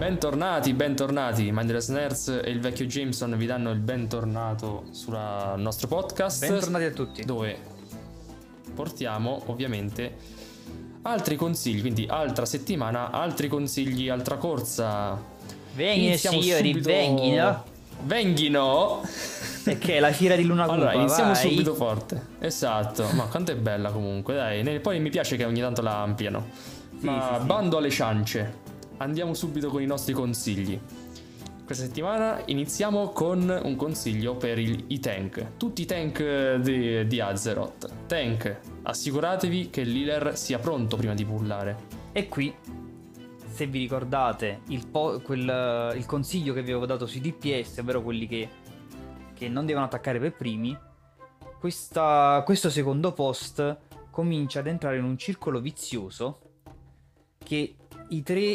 Bentornati, bentornati. Mindless Nerds e il vecchio Jameson vi danno il bentornato sul nostro podcast. Bentornati a tutti. Dove portiamo ovviamente altri consigli, quindi altra settimana, altri consigli, altra corsa. Venghino signori, venghino. Venghino. E che è la fiera di Luna Cupa. Allora, iniziamo vai. subito forte. Esatto, ma quanto è bella comunque, dai. Poi mi piace che ogni tanto la ampliano. Sì, Ma sì. bando alle ciance. Andiamo subito con i nostri consigli. Questa settimana iniziamo con un consiglio per i tank. Tutti i tank di Azeroth. Tank, assicuratevi che l'healer sia pronto prima di pullare. E qui, se vi ricordate, il consiglio che vi avevo dato sui DPS, ovvero quelli che non devono attaccare per primi, questo secondo post comincia ad entrare in un circolo vizioso che i tre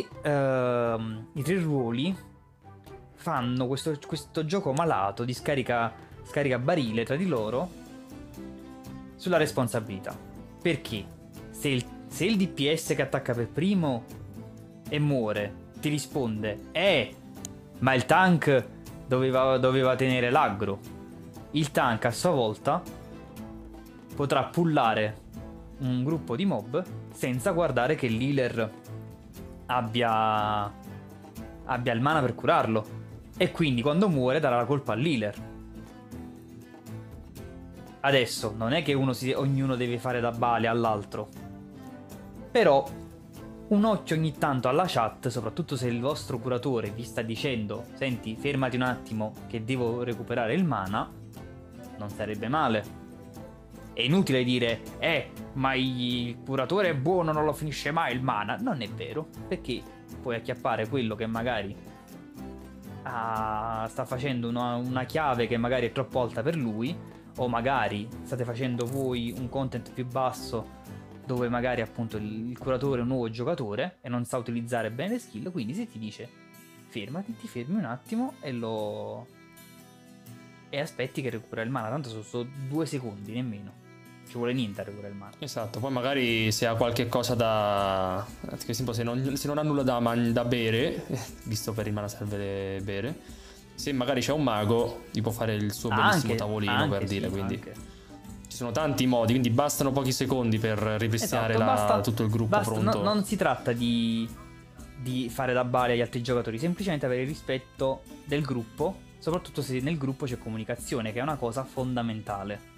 ruoli fanno questo gioco malato di scarica barile tra di loro sulla responsabilità. Perché se il DPS che attacca per primo e muore ti risponde ma il tank doveva tenere l'aggro, il tank a sua volta potrà pullare un gruppo di mob senza guardare che l'healer abbia il mana per curarlo, e quindi quando muore darà la colpa all'healer. Adesso non è che ognuno deve fare da bale all'altro, però un occhio ogni tanto alla chat, soprattutto se il vostro curatore vi sta dicendo senti, fermati un attimo che devo recuperare il mana, non sarebbe male. È inutile dire ma il curatore è buono, non lo finisce mai il mana. Non è vero, perché puoi acchiappare quello che magari sta facendo una chiave che magari è troppo alta per lui, o magari state facendo voi un content più basso dove magari appunto il curatore è un nuovo giocatore e non sa utilizzare bene le skill. Quindi se ti dice fermati, ti fermi un attimo e aspetti che recupera il mana. Tanto sono 2 secondi nemmeno, ci vuole niente a recuperare il mana. Esatto, poi magari se ha qualche cosa da... Che se non ha nulla da bere, visto per il mana serve bere, se magari c'è un mago gli può fare il suo bellissimo tavolino, per dire, quindi anche. Ci sono tanti modi, quindi bastano pochi secondi per ripristinare tutto il gruppo pronto. Non si tratta di fare da bale agli altri giocatori, semplicemente avere il rispetto del gruppo, soprattutto se nel gruppo c'è comunicazione, che è una cosa fondamentale.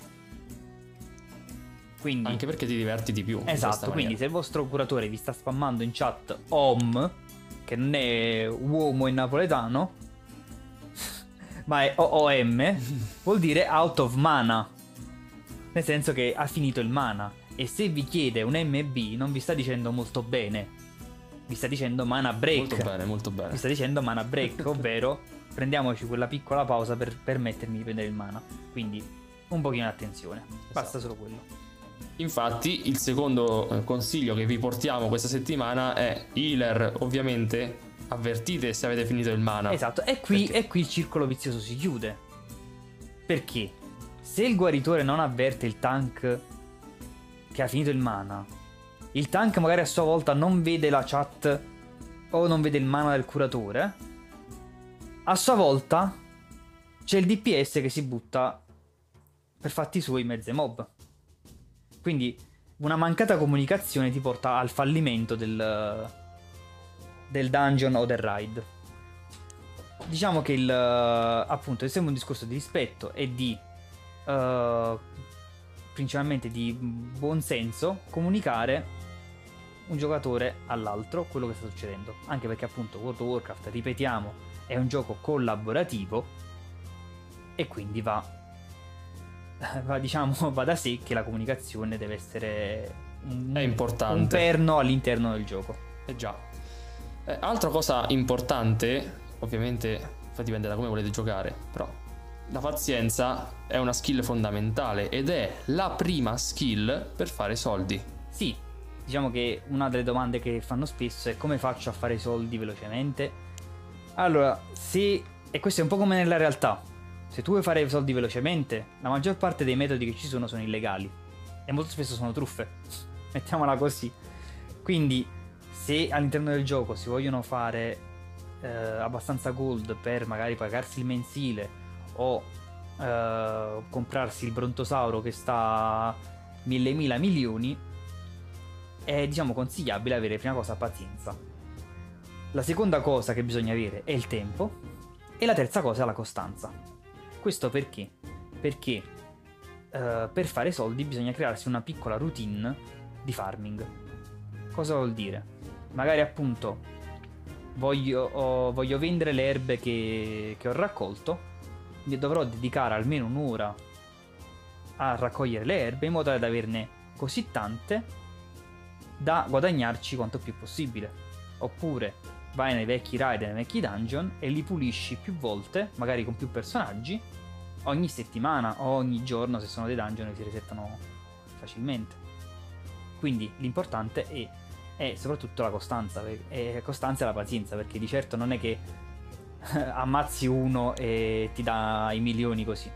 Quindi, anche perché ti diverti di più. Esatto, quindi se il vostro curatore vi sta spammando in chat OM, che non è uomo in napoletano, ma è OOM, vuol dire out of mana, nel senso che ha finito il mana. E se vi chiede un MB non vi sta dicendo molto bene, vi sta dicendo mana break. Molto bene, molto bene. Vi sta dicendo mana break, ovvero prendiamoci quella piccola pausa per permettermi di prendere il mana. Quindi un pochino di attenzione, basta solo quello. Infatti il secondo consiglio che vi portiamo questa settimana è healer, ovviamente avvertite se avete finito il mana. Esatto, e qui il circolo vizioso si chiude. Perché se il guaritore non avverte il tank che ha finito il mana, il tank magari a sua volta non vede la chat o non vede il mana del curatore, a sua volta c'è il DPS che si butta per fatti suoi in mezzo ai mob. Quindi una mancata comunicazione ti porta al fallimento del dungeon o del raid. Diciamo che appunto, essendo un discorso di rispetto e principalmente di buon senso, comunicare un giocatore all'altro quello che sta succedendo. Anche perché appunto World of Warcraft, ripetiamo, è un gioco collaborativo e quindi va da sé che la comunicazione deve essere è importante, un perno all'interno del gioco. Già. Altra cosa importante, ovviamente poi dipende da come volete giocare, però la pazienza è una skill fondamentale ed è la prima skill per fare soldi. Sì, diciamo che una delle domande che fanno spesso è come faccio a fare soldi velocemente. Allora, e questo è un po' come nella realtà. Se tu vuoi fare soldi velocemente, la maggior parte dei metodi che ci sono illegali e molto spesso sono truffe, mettiamola così. Quindi se all'interno del gioco si vogliono fare abbastanza gold per magari pagarsi il mensile o comprarsi il Brontosauro che sta 1000 milioni, è diciamo consigliabile avere prima cosa pazienza. La seconda cosa che bisogna avere è il tempo e la terza cosa è la costanza. Questo perché? Perché per fare soldi bisogna crearsi una piccola routine di farming. Cosa vuol dire? Magari appunto voglio vendere le erbe che ho raccolto, mi dovrò dedicare almeno un'ora a raccogliere le erbe in modo da averne così tante da guadagnarci quanto più possibile. Oppure vai nei vecchi raid, nei vecchi dungeon e li pulisci più volte, magari con più personaggi, ogni settimana o ogni giorno se sono dei dungeon che si resettano facilmente. Quindi l'importante è soprattutto la costanza, e costanza e la pazienza, perché di certo non è che ammazzi uno e ti dà i milioni così.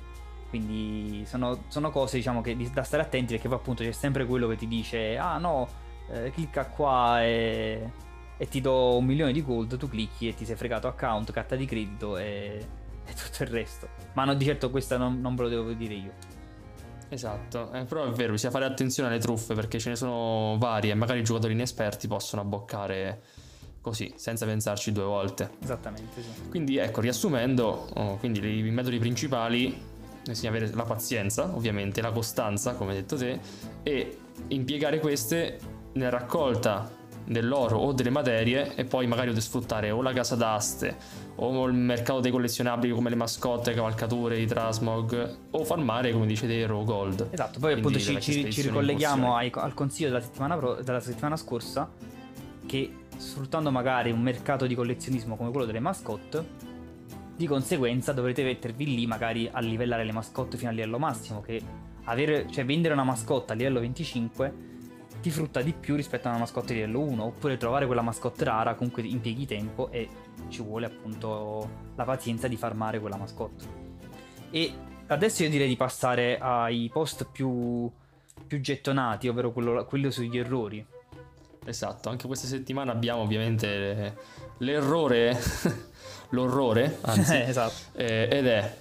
Quindi sono cose diciamo che da stare attenti, perché poi appunto c'è sempre quello che ti dice ah no, clicca qua e ti do 1 milione di gold, tu clicchi e ti sei fregato account, carta di credito e tutto il resto. Ma no, di certo questa non ve lo devo dire io. Esatto, però è vero, bisogna fare attenzione alle truffe perché ce ne sono varie e magari i giocatori inesperti possono abboccare così, senza pensarci 2 volte. Esattamente, sì. Quindi ecco, riassumendo, quindi i metodi principali, bisogna avere la pazienza, ovviamente, la costanza, come hai detto te, e impiegare queste nella raccolta dell'oro o delle materie e poi magari sfruttare o la casa d'aste o il mercato dei collezionabili come le mascotte, le cavalcature, i Trasmog, o farmare come dice te Hero Gold. Esatto, poi Quindi appunto ci ricolleghiamo al consiglio della settimana scorsa, che sfruttando magari un mercato di collezionismo come quello delle mascotte, di conseguenza dovrete mettervi lì magari a livellare le mascotte fino al livello massimo, che vendere una mascotta a livello 25 ti frutta di più rispetto a una mascotte di livello 1, oppure trovare quella mascotte rara, comunque impieghi tempo e ci vuole appunto la pazienza di farmare quella mascotte. E adesso io direi di passare ai post più gettonati, ovvero quello sugli errori. Esatto, anche questa settimana abbiamo ovviamente l'errore, l'orrore, anzi, esatto. Ed è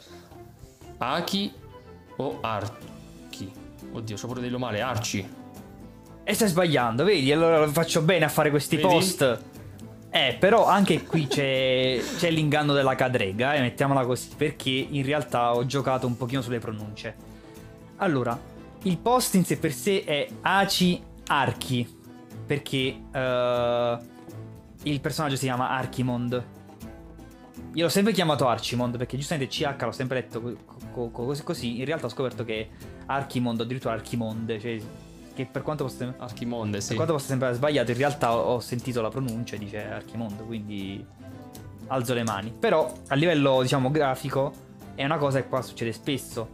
Aki o Archi. Oddio, c'ho pure detto male, Arci. E stai sbagliando, vedi? Allora faccio bene a fare questi post. Però anche qui c'è l'inganno della cadrega, mettiamola così, perché in realtà ho giocato un pochino sulle pronunce. Allora, il post in sé per sé è Aci Archi, perché il personaggio si chiama Archimond. Io l'ho sempre chiamato Archimond perché giustamente CH l'ho sempre letto così. In realtà ho scoperto che Archimond, addirittura Archimonde, cioè che per quanto possa Archimonde, sì. Per quanto possa sembrare sbagliato, in realtà ho sentito la pronuncia e dice Archimondo, quindi alzo le mani. Però a livello diciamo grafico è una cosa che qua succede spesso.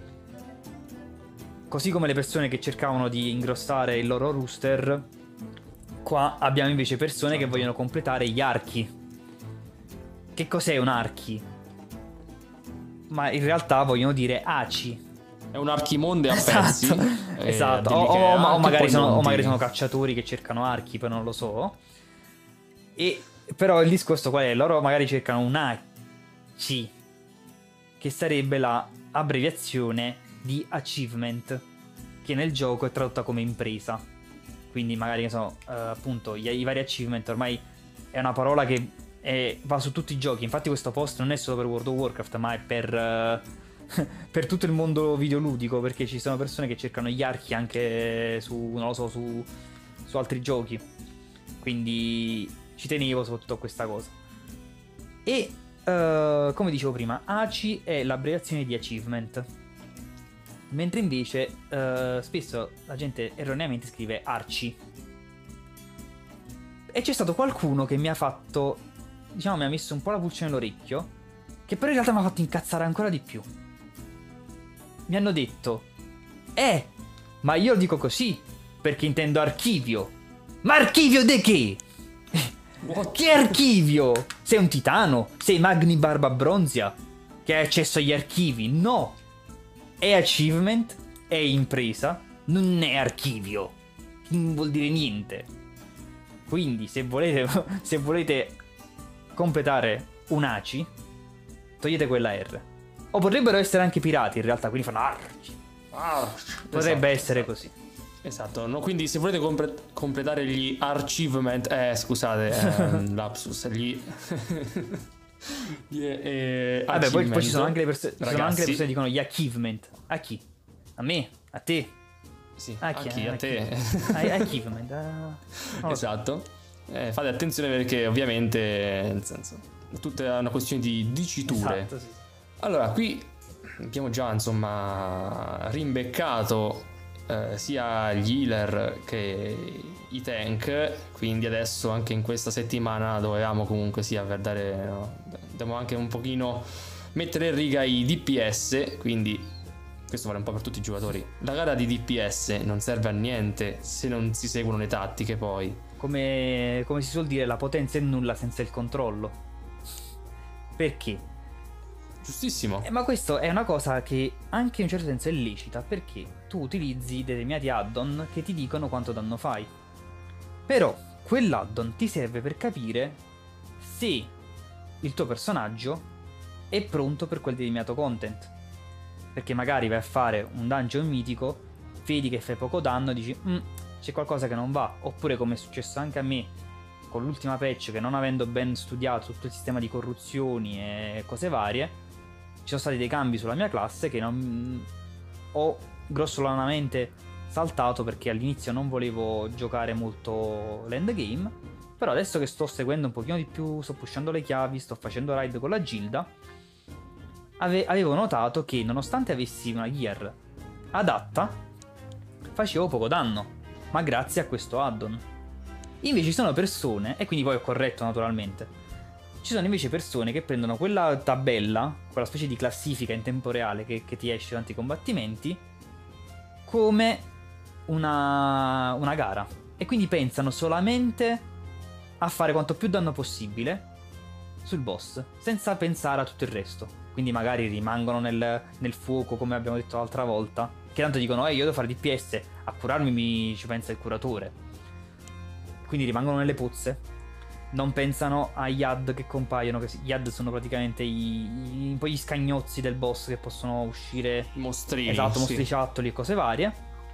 Così come le persone che cercavano di ingrossare il loro rooster, qua abbiamo invece persone che vogliono completare gli archi. Che cos'è un archi? Ma in realtà vogliono dire aci. È un archimonde a pezzi. Esatto. O magari sono cacciatori che cercano archi, poi non lo so. E però il discorso qual è? Loro magari cercano un ACI, che sarebbe la abbreviazione di achievement, che nel gioco è tradotta come impresa. Quindi magari appunto i vari achievement ormai è una parola che va su tutti i giochi. Infatti questo post non è solo per World of Warcraft, ma è per tutto il mondo videoludico, perché ci sono persone che cercano gli archi anche su altri giochi. Quindi ci tenevo soprattutto a questa cosa. E come dicevo prima, ACI è l'abbreviazione di achievement, mentre invece spesso la gente erroneamente scrive Arci. E c'è stato qualcuno che mi ha fatto, diciamo, mi ha messo un po' la pulce nell'orecchio, che però in realtà mi ha fatto incazzare ancora di più. Mi hanno detto ma io dico così perché intendo archivio. Ma archivio de che? Che archivio? Sei un titano? Sei Magni Barba Bronzia che hai accesso agli archivi? No, è achievement, è impresa, non è archivio, non vuol dire niente. Quindi se volete completare un ACI, togliete quella R. O potrebbero essere anche pirati in realtà, quindi fanno arci. Potrebbe essere così. Esatto, no, quindi se volete completare gli achievement, scusate, lapsus, vabbè, poi ci sono anche le persone ragazzi, che dicono gli achievement. A chi? A me? A te? Sì, a te. Achievement. Esatto. Fate attenzione perché ovviamente, nel senso, è tutta una questione di diciture. Esatto, sì. Allora, qui abbiamo già, insomma, rimbeccato sia gli healer che i tank, quindi adesso anche in questa settimana dovevamo comunque sia per dare, no, dobbiamo anche un pochino mettere in riga i DPS, quindi questo vale un po' per tutti i giocatori. La gara di DPS non serve a niente se non si seguono le tattiche, poi come si suol dire, la potenza è nulla senza il controllo. Perché? giustissimo. Ma questo è una cosa che anche in un certo senso è lecita, perché tu utilizzi determinati add-on che ti dicono quanto danno fai. Però quell'add-on ti serve per capire se il tuo personaggio è pronto per quel determinato content. Perché magari vai a fare un dungeon mitico, vedi che fai poco danno e dici c'è qualcosa che non va. Oppure, come è successo anche a me con l'ultima patch, che non avendo ben studiato tutto il sistema di corruzioni e cose varie, ci sono stati dei cambi sulla mia classe che non ho grossolanamente saltato, perché all'inizio non volevo giocare molto l'endgame. Però adesso che sto seguendo un pochino di più, sto pushando le chiavi, sto facendo raid con la gilda, avevo notato che nonostante avessi una gear adatta, facevo poco danno, ma grazie a questo add-on. Invece ci sono persone, e quindi poi ho corretto naturalmente, ci sono invece persone che prendono quella tabella, quella specie di classifica in tempo reale che ti esce durante i combattimenti, come una gara. E quindi pensano solamente a fare quanto più danno possibile sul boss, senza pensare a tutto il resto. Quindi magari rimangono nel fuoco, come abbiamo detto l'altra volta, che tanto dicono io devo fare DPS, a curarmi ci pensa il curatore. Quindi rimangono nelle pozze, non pensano agli ad che compaiono, che gli ad sono praticamente un po' gli scagnozzi del boss che possono uscire, mostrini, esatto, mostriciattoli e cose varie.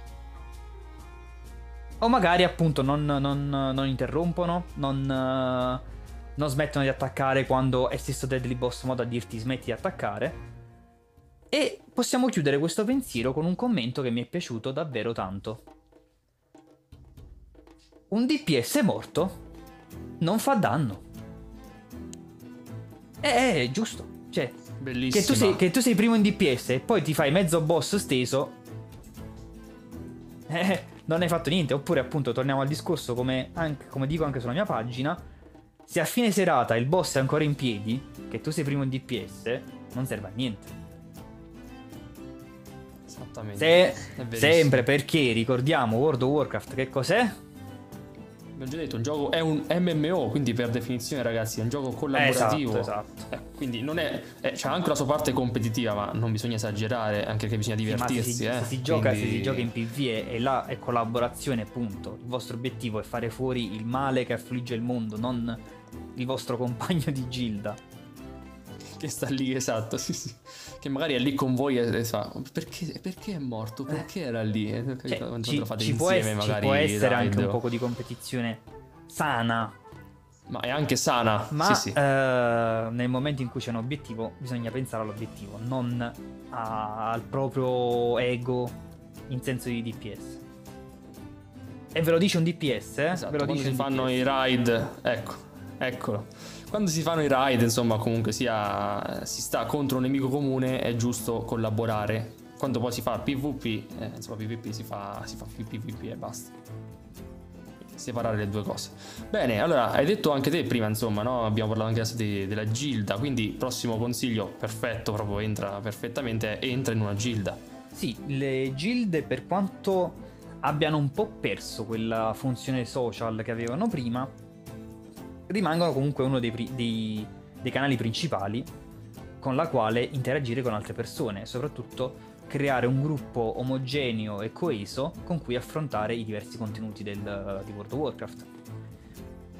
O magari appunto non interrompono, non smettono di attaccare quando è stesso Deadly Boss modo a dirti smetti di attaccare. E possiamo chiudere questo pensiero con un commento che mi è piaciuto davvero tanto. Un DPS morto non fa danno. È giusto. Cioè, bellissimo. Che tu sei primo in DPS e poi ti fai mezzo boss steso, non hai fatto niente. Oppure appunto torniamo al discorso, come dico anche sulla mia pagina, se a fine serata il boss è ancora in piedi, che tu sei primo in DPS, non serve a niente. Esattamente. Sempre, perché ricordiamo World of Warcraft che cos'è? Abbiamo già detto, un gioco è un MMO, quindi per definizione, ragazzi, è un gioco collaborativo. Esatto. Quindi non è, c'ha anche la sua parte competitiva, ma non bisogna esagerare, anche perché bisogna divertirsi. Se si gioca in PvE e là è collaborazione, punto. Il vostro obiettivo è fare fuori il male che affligge il mondo, non il vostro compagno di gilda che sta lì, esatto, sì. Che magari è lì con voi e fa perché è morto, perché era lì, cioè, ci può essere anche un poco di competizione sana, ma è anche sana, ma sì. Nel momento in cui c'è un obiettivo bisogna pensare all'obiettivo, non al proprio ego in senso di DPS. E ve lo dice un DPS, esatto, ve lo quando dice si fanno i raid, eccolo. Quando si fanno i raid, insomma, comunque si sta contro un nemico comune, è giusto collaborare. Quando poi si fa PvP, insomma, PvP si fa PvP e basta. Separare le due cose. Bene, allora, hai detto anche te prima, insomma, no? Abbiamo parlato anche adesso della gilda, quindi prossimo consiglio, perfetto, proprio entra perfettamente, entra in una gilda. Sì, le gilde, per quanto abbiano un po' perso quella funzione social che avevano prima, rimangono comunque uno dei canali principali con la quale interagire con altre persone, soprattutto creare un gruppo omogeneo e coeso con cui affrontare i diversi contenuti di World of Warcraft.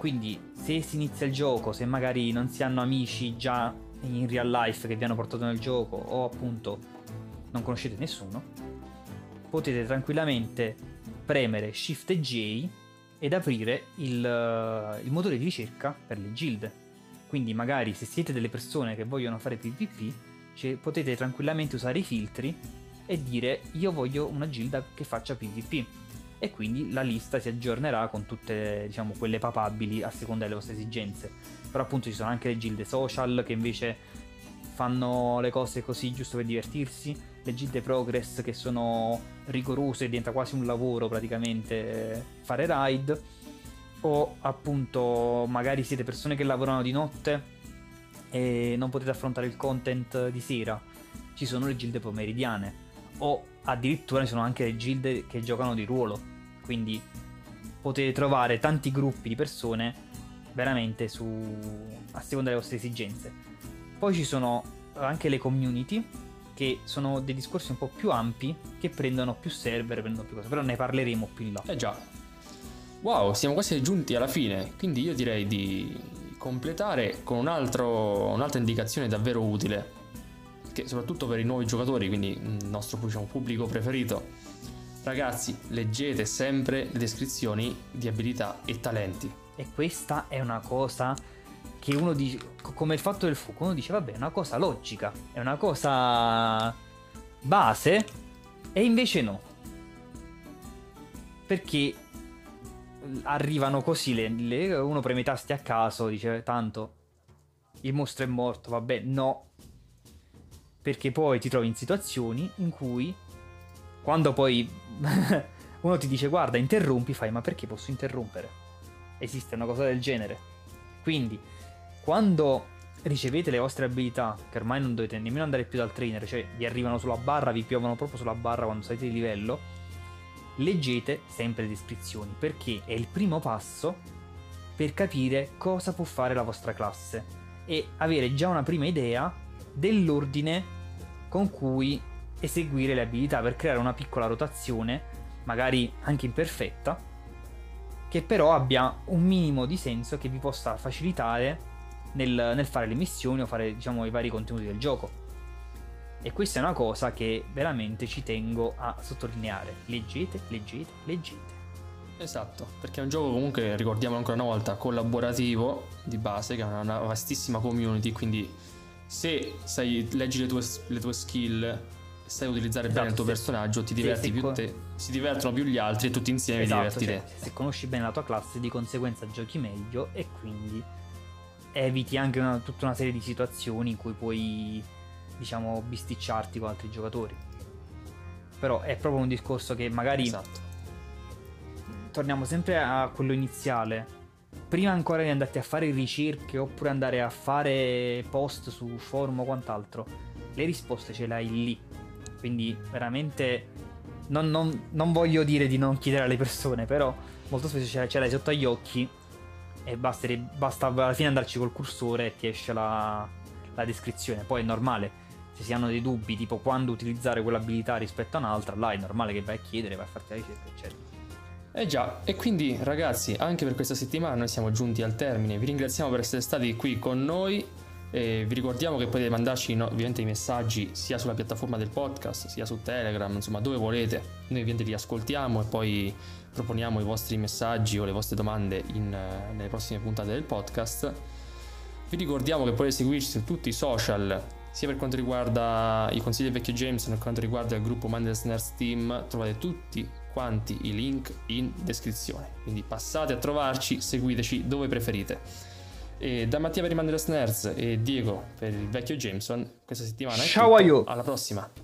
Quindi se si inizia il gioco, se magari non si hanno amici già in real life che vi hanno portato nel gioco, o appunto non conoscete nessuno, potete tranquillamente premere Shift e J ed aprire il motore di ricerca per le gilde. Quindi magari se siete delle persone che vogliono fare PvP, potete tranquillamente usare i filtri e dire io voglio una gilda che faccia PvP, e quindi la lista si aggiornerà con tutte, diciamo, quelle papabili a seconda delle vostre esigenze. Però appunto ci sono anche le gilde social che invece fanno le cose così giusto per divertirsi, le gilde progress che sono rigorose e diventa quasi un lavoro praticamente fare raid, o appunto magari siete persone che lavorano di notte e non potete affrontare il content di sera, ci sono le gilde pomeridiane, o addirittura ci sono anche le gilde che giocano di ruolo, quindi potete trovare tanti gruppi di persone veramente a seconda delle vostre esigenze. Poi ci sono anche le community, che sono dei discorsi un po' più ampi, che prendono più server, prendono più cose, però ne parleremo più in là. Già. Wow, siamo quasi giunti alla fine, quindi io direi di completare con un'altra indicazione davvero utile, che soprattutto per i nuovi giocatori, quindi il nostro, diciamo, pubblico preferito. Ragazzi, leggete sempre le descrizioni di abilità e talenti. E questa è una cosa che uno dice, come il fatto del fuoco, uno dice vabbè, è una cosa logica, è una cosa base, e invece no, perché arrivano così uno preme i tasti a caso, dice tanto il mostro è morto, vabbè, no, perché poi ti trovi in situazioni in cui quando poi uno ti dice guarda interrompi, fai ma perché posso interrompere? Esiste una cosa del genere. Quindi quando ricevete le vostre abilità, che ormai non dovete nemmeno andare più dal trainer, cioè vi arrivano sulla barra, vi piovono proprio sulla barra quando salite di livello, leggete sempre le descrizioni, perché è il primo passo per capire cosa può fare la vostra classe e avere già una prima idea dell'ordine con cui eseguire le abilità, per creare una piccola rotazione, magari anche imperfetta, che però abbia un minimo di senso, che vi possa facilitare nel fare le missioni o fare, diciamo, i vari contenuti del gioco. E questa è una cosa che veramente ci tengo a sottolineare. Leggete. Esatto, perché è un gioco comunque, ricordiamo ancora una volta, collaborativo di base, che ha una vastissima community, quindi se leggi le tue skill, sai utilizzare bene il tuo personaggio, ti diverti più te, si divertono più gli altri e tutti insieme vi diverti te. Se conosci bene la tua classe, di conseguenza giochi meglio e quindi eviti anche tutta una serie di situazioni in cui puoi, diciamo, bisticciarti con altri giocatori. Però è proprio un discorso che magari, esatto, torniamo sempre a quello iniziale, prima ancora di andarti a fare ricerche oppure andare a fare post su forum o quant'altro, le risposte ce le hai lì. Quindi veramente non voglio dire di non chiedere alle persone, però molto spesso ce l'hai sotto agli occhi e basta alla fine andarci col cursore e ti esce la descrizione. Poi è normale, se si hanno dei dubbi tipo quando utilizzare quell'abilità rispetto a un'altra, là è normale che vai a chiedere, vai a farti la ricerca, eccetera. Già, e quindi ragazzi, anche per questa settimana noi siamo giunti al termine. Vi ringraziamo per essere stati qui con noi e vi ricordiamo che potete mandarci ovviamente i messaggi sia sulla piattaforma del podcast sia su Telegram, insomma dove volete. Noi ovviamente li ascoltiamo e poi proponiamo i vostri messaggi o le vostre domande nelle prossime puntate del podcast. Vi ricordiamo che potete seguirci su tutti i social, sia per quanto riguarda i consigli del vecchio James, sia per quanto riguarda il gruppo Mindless Nerds Team. Trovate tutti quanti i link in descrizione, quindi passate a trovarci, seguiteci dove preferite. E da Mattia per i Mindless Nerds e Diego per il vecchio Jameson, questa settimana è ciao tutto. Alla prossima.